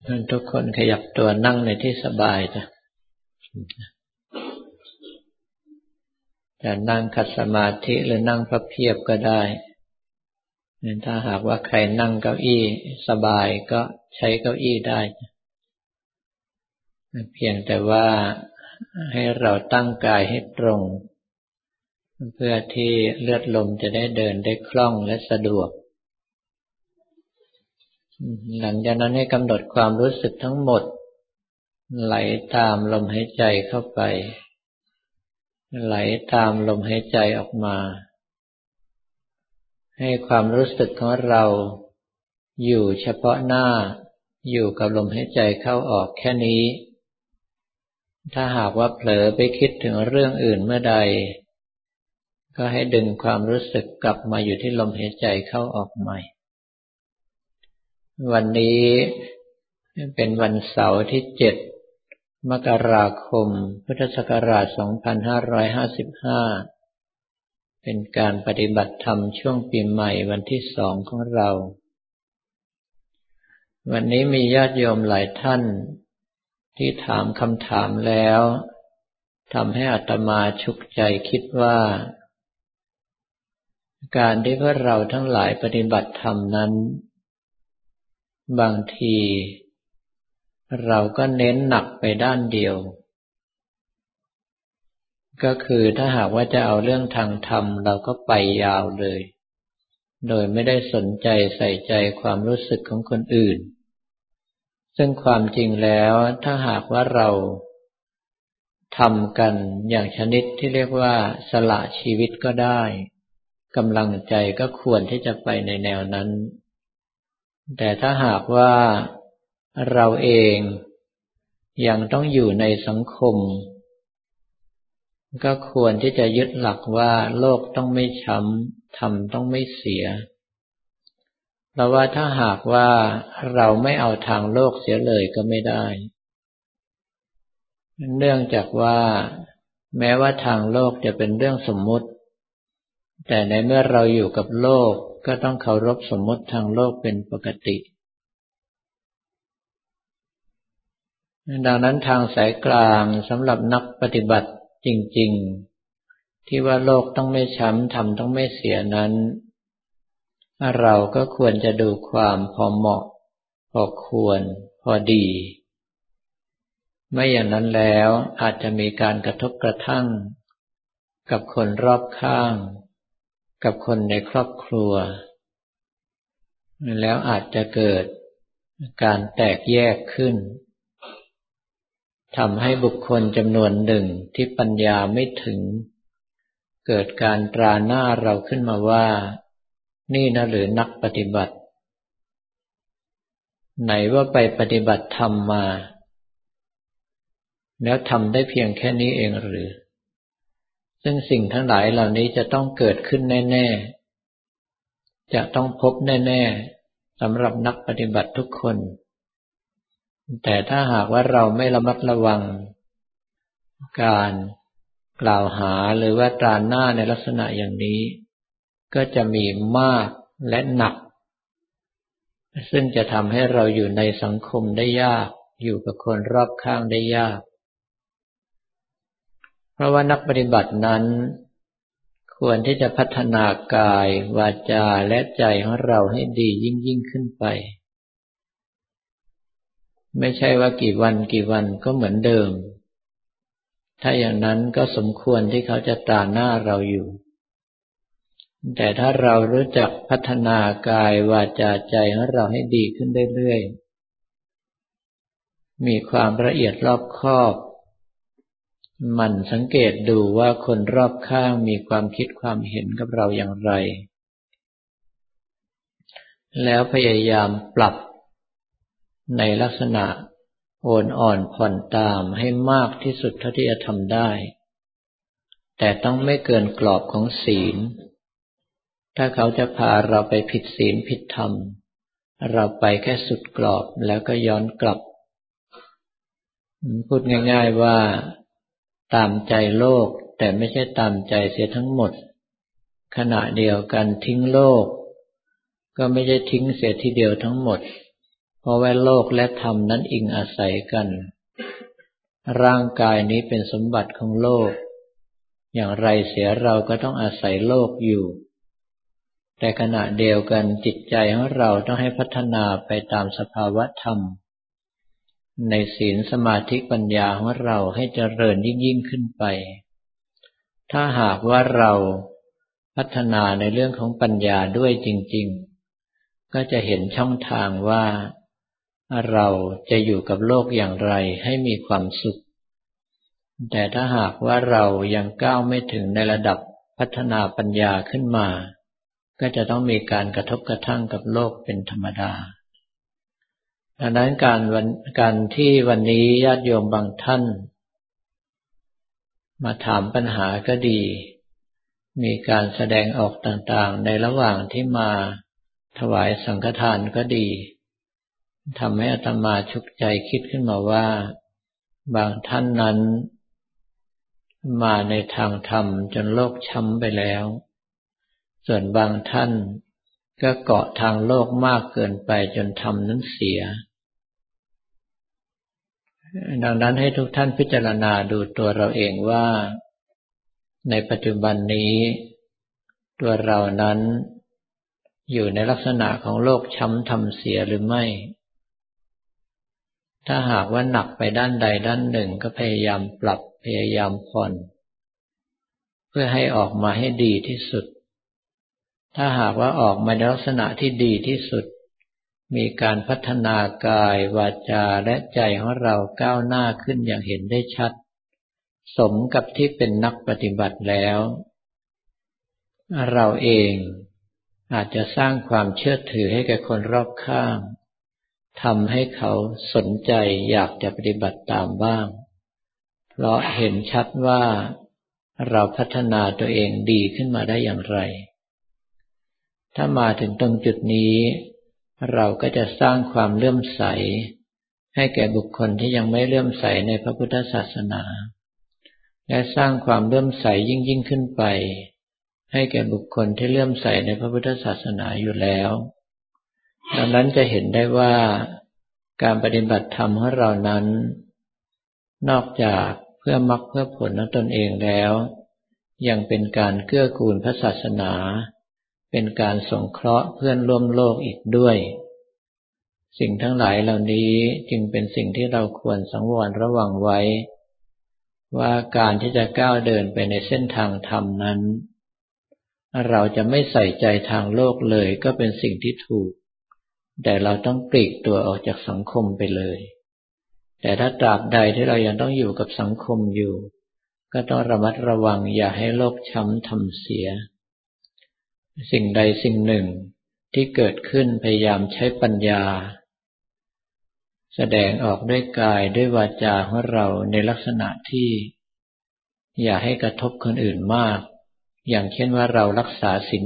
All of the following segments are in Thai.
ทุกคนขยับตัวนั่งในที่สบายจ้ะจะนั่งขัดสมาธิหรือนั่งพับเพียบก็ได้ถ้าหากว่าใครนั่งเก้าอี้สบายก็ใช้เก้าอี้ได้เพียงแต่ว่าให้เราตั้งกายให้ตรงเพื่อที่เลือดลมจะได้เดินได้คล่องและสะดวกหลังจากนั้นให้กำหนดความรู้สึกทั้งหมดไหลตามลมหายใจเข้าไปไหลตามลมหายใจออกมาให้ความรู้สึกของเราอยู่เฉพาะหน้าอยู่กับลมหายใจเข้าออกแค่นี้ถ้าหากว่าเผลอไปคิดถึงเรื่องอื่นเมื่อใดก็ให้ดึงความรู้สึกกลับมาอยู่ที่ลมหายใจเข้าออกใหม่วันนี้เป็นวันเสาร์ที่7 มกราคมพุทธศักราช 2555เป็นการปฏิบัติธรรมช่วงปีใหม่วันที่2ของเราวันนี้มีญาติโยมหลายท่านที่ถามคำถามแล้วทำให้อาตมาฉุกใจคิดว่าการที่พวกเราทั้งหลายปฏิบัติธรรมนั้นบางทีเราก็เน้นหนักไปด้านเดียวก็คือถ้าหากว่าจะเอาเรื่องทางธรรมเราก็ไปยาวเลยโดยไม่ได้สนใจใส่ใจความรู้สึกของคนอื่นซึ่งความจริงแล้วถ้าหากว่าเราทำกันอย่างชนิดที่เรียกว่าสละชีวิตก็ได้กำลังใจก็ควรที่จะไปในแนวนั้นแต่ถ้าหากว่าเราเองยังต้องอยู่ในสังคมก็ควรที่จะยึดหลักว่าโลกต้องไม่ช้ำธรรมต้องไม่เสียเพราะว่าถ้าหากว่าเราไม่เอาทางโลกเสียเลยก็ไม่ได้เนื่องจากว่าแม้ว่าทางโลกจะเป็นเรื่องสมมุติแต่ในเมื่อเราอยู่กับโลกก็ต้องเคารพสมมุติทางโลกเป็นปกติดังนั้นทางสายกลางสำหรับนักปฏิบัติจริงๆที่ว่าโลกต้องไม่ช้ำธรรมต้องไม่เสียนั้นเราก็ควรจะดูความพอเหมาะพอควรพอดีไม่อย่างนั้นแล้วอาจจะมีการกระทบกระทั่งกับคนรอบข้างกับคนในครอบครัวแล้วอาจจะเกิดการแตกแยกขึ้นทำให้บุคคลจำนวนหนึ่งที่ปัญญาไม่ถึงเกิดการตราหน้าเราขึ้นมาว่านี่นะหรือนักปฏิบัติไหนว่าไปปฏิบัติธรรมมาแล้วทำได้เพียงแค่นี้เองหรือซึ่งสิ่งทั้งหลายเหล่านี้จะต้องเกิดขึ้นแน่ๆจะต้องพบแน่ๆสำหรับนักปฏิบัติทุกคนแต่ถ้าหากว่าเราไม่ระมัดระวังการกล่าวหาหรือว่าตราหน้าในลักษณะอย่างนี้ก็จะมีมากและหนักซึ่งจะทำให้เราอยู่ในสังคมได้ยากอยู่กับคนรอบข้างได้ยากเพราะว่านักปฏิบัตินั้นควรที่จะพัฒนากายวาจาและใจของเราให้ดียิ่งขึ้นไปไม่ใช่ว่ากี่วันก็เหมือนเดิมถ้าอย่างนั้นก็สมควรที่เขาจะตราหน้าเราอยู่แต่ถ้าเรารู้จักพัฒนากายวาจาใจของเราให้ดีขึ้นเรื่อยๆมีความละเอียดรอบคอบหมั่นสังเกตดูว่าคนรอบข้างมีความคิดความเห็นกับเราอย่างไรแล้วพยายามปรับในลักษณะโอนอ่อนผ่อนตามให้มากที่สุดเท่าที่จะทำได้แต่ต้องไม่เกินกรอบของศีลถ้าเขาจะพาเราไปผิดศีลผิดธรรมเราไปแค่สุดกรอบแล้วก็ย้อนกลับพูดง่ายๆว่าตามใจโลกแต่ไม่ใช่ตามใจเสียทั้งหมดขณะเดียวกันทิ้งโลกก็ไม่ใช่ทิ้งเสียทีเดียวทั้งหมดเพราะว่าโลกและธรรมนั้นอิงอาศัยกันร่างกายนี้เป็นสมบัติของโลกอย่างไรเสียเราก็ต้องอาศัยโลกอยู่แต่ขณะเดียวกันจิตใจของเราต้องให้พัฒนาไปตามสภาวะธรรมในศีลสมาธิปัญญาของเราให้เจริญยิ่งขึ้นไปถ้าหากว่าเราพัฒนาในเรื่องของปัญญาด้วยจริงๆก็จะเห็นช่องทางว่าเราจะอยู่กับโลกอย่างไรให้มีความสุขแต่ถ้าหากว่าเรายังก้าวไม่ถึงในระดับพัฒนาปัญญาขึ้นมาก็จะต้องมีการกระทบกระทั่งกับโลกเป็นธรรมดาดังนั้นการที่วันนี้ญาติโยมบางท่านมาถามปัญหาก็ดีมีการแสดงออกต่างๆในระหว่างที่มาถวายสังฆทานก็ดีทำให้อาตมาฉุกใจคิดขึ้นมาว่าบางท่านนั้นมาในทางธรรมจนโลกช้ำไปแล้วส่วนบางท่านก็เกาะทางโลกมากเกินไปจนธรรมนั้นเสียดังนั้นให้ทุกท่านพิจารณาดูตัวเราเองว่าในปัจจุบันนี้ตัวเรานั้นอยู่ในลักษณะของโลกช้ำธรรมเสียหรือไม่ถ้าหากว่าหนักไปด้านใดด้านหนึ่งก็พยายามปรับพยายามผ่อนเพื่อให้ออกมาให้ดีที่สุดถ้าหากว่าออกมาในลักษณะที่ดีที่สุดมีการพัฒนากายวาจาและใจของเราก้าวหน้าขึ้นอย่างเห็นได้ชัดสมกับที่เป็นนักปฏิบัติแล้วเราเองอาจจะสร้างความเชื่อถือให้แก่คนรอบข้างทำให้เขาสนใจอยากจะปฏิบัติตามบ้างเพราะเห็นชัดว่าเราพัฒนาตัวเองดีขึ้นมาได้อย่างไรถ้ามาถึงตรงจุดนี้เราก็จะสร้างความเลื่อมใสให้แก่บุคคลที่ยังไม่เลื่อมใสในพระพุทธศาสนาและสร้างความเลื่อมใสยิ่งขึ้นไปให้แก่บุคคลที่เลื่อมใสในพระพุทธศาสนาอยู่แล้วดังนั้นจะเห็นได้ว่าการปฏิบัติธรรมของเรานั้นนอกจากเพื่อมรรคเพื่อผลของตนเองแล้วยังเป็นการเกื้อกูลพระศาสนาเป็นการสงเคราะห์เพื่อนร่วมโลกอีกด้วยสิ่งทั้งหลายเหล่านี้จึงเป็นสิ่งที่เราควรสังวรระวังไว้ว่าการที่จะก้าวเดินไปในเส้นทางธรรมนั้นเราจะไม่ใส่ใจทางโลกเลยก็เป็นสิ่งที่ถูกแต่เราต้องปลีกตัวออกจากสังคมไปเลยแต่ถ้าตราบใดที่เรายังต้องอยู่กับสังคมอยู่ก็ต้องระมัดระวังอย่าให้โลกช้ำทำเสียสิ่งใดสิ่งหนึ่งที่เกิดขึ้นพยายามใช้ปัญญาแสดงออกด้วยกายด้วยวาจาของเราในลักษณะที่อย่าให้กระทบคนอื่นมากอย่างเช่นว่าเรารักษาศีล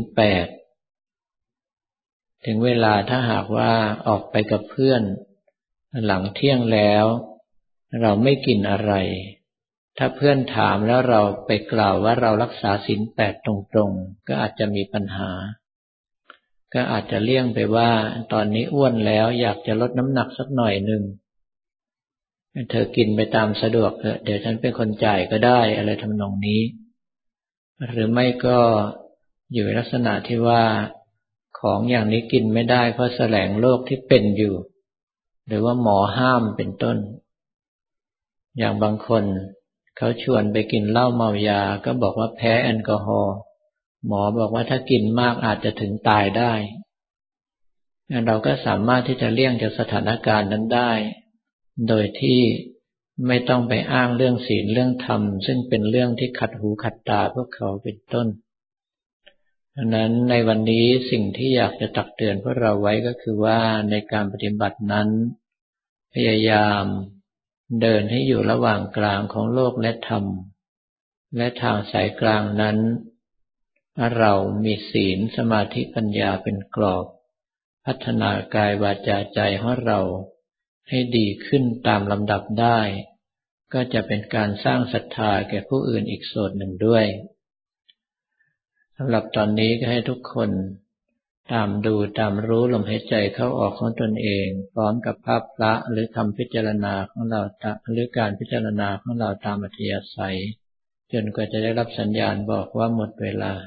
8ถึงเวลาถ้าหากว่าออกไปกับเพื่อนหลังเที่ยงแล้วเราไม่กินอะไรถ้าเพื่อนถามแล้วเราไปกล่าวว่าเรารักษาศีล 8ตรงๆก็อาจจะมีปัญหาก็อาจจะเลี่ยงไปว่าตอนนี้อ้วนแล้วอยากจะลดน้ำหนักสักหน่อยนึงเธอกินไปตามสะดวกเถอะเดี๋ยวฉันเป็นคนจ่ายก็ได้อะไรทำนองนี้หรือไม่ก็อยู่ในลักษณะที่ว่าของอย่างนี้กินไม่ได้เพราะแสลงโรคที่เป็นอยู่หรือว่าหมอห้ามเป็นต้นอย่างบางคนเขาชวนไปกินเหล้าเมายาก็บอกว่าแพ้แอลกอฮอล์หมอบอกว่าถ้ากินมากอาจจะถึงตายได้เราก็สามารถที่จะเลี่ยงจากสถานการณ์นั้นได้โดยที่ไม่ต้องไปอ้างเรื่องศีลเรื่องธรรมซึ่งเป็นเรื่องที่ขัดหูขัดตาพวกเขาเป็นต้นดังนั้นในวันนี้สิ่งที่อยากจะตักเตือนพวกเราไว้ก็คือว่าในการปฏิบัตินั้นพยายามเดินให้อยู่ระหว่างกลางของโลกและธรรมและทางสายกลางนั้นเรามีศีลสมาธิปัญญาเป็นกรอบพัฒนากายวาจาใจของเราให้ดีขึ้นตามลำดับได้ก็จะเป็นการสร้างศรัทธาแก่ผู้อื่นอีกส่วนหนึ่งด้วยสำหรับตอนนี้ก็ให้ทุกคนตามดูตามรู้ลมหายใจเข้าออกของตนเองพร้อมกับภาพพระหรือคำพิจารณาของเราหรือการพิจารณาของเราตามอัธยาศัยจนกว่าจะได้รับสัญญาณบอกว่าหมดเวลา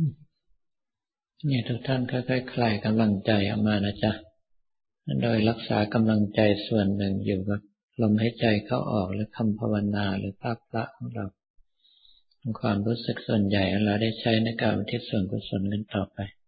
นี่ทุกท่านค่อยๆคลายกำลังใจออกมานะจ๊ะโดยรักษากำลังใจส่วนหนึ่งอยู่กับลมหายใจเข้าออกหรือคำภาวนาหรือภาพพระของเราความรู้สึกส่วนใหญ่เราได้ใช้ในการอุทิศส่วนกุศลกันต่อไป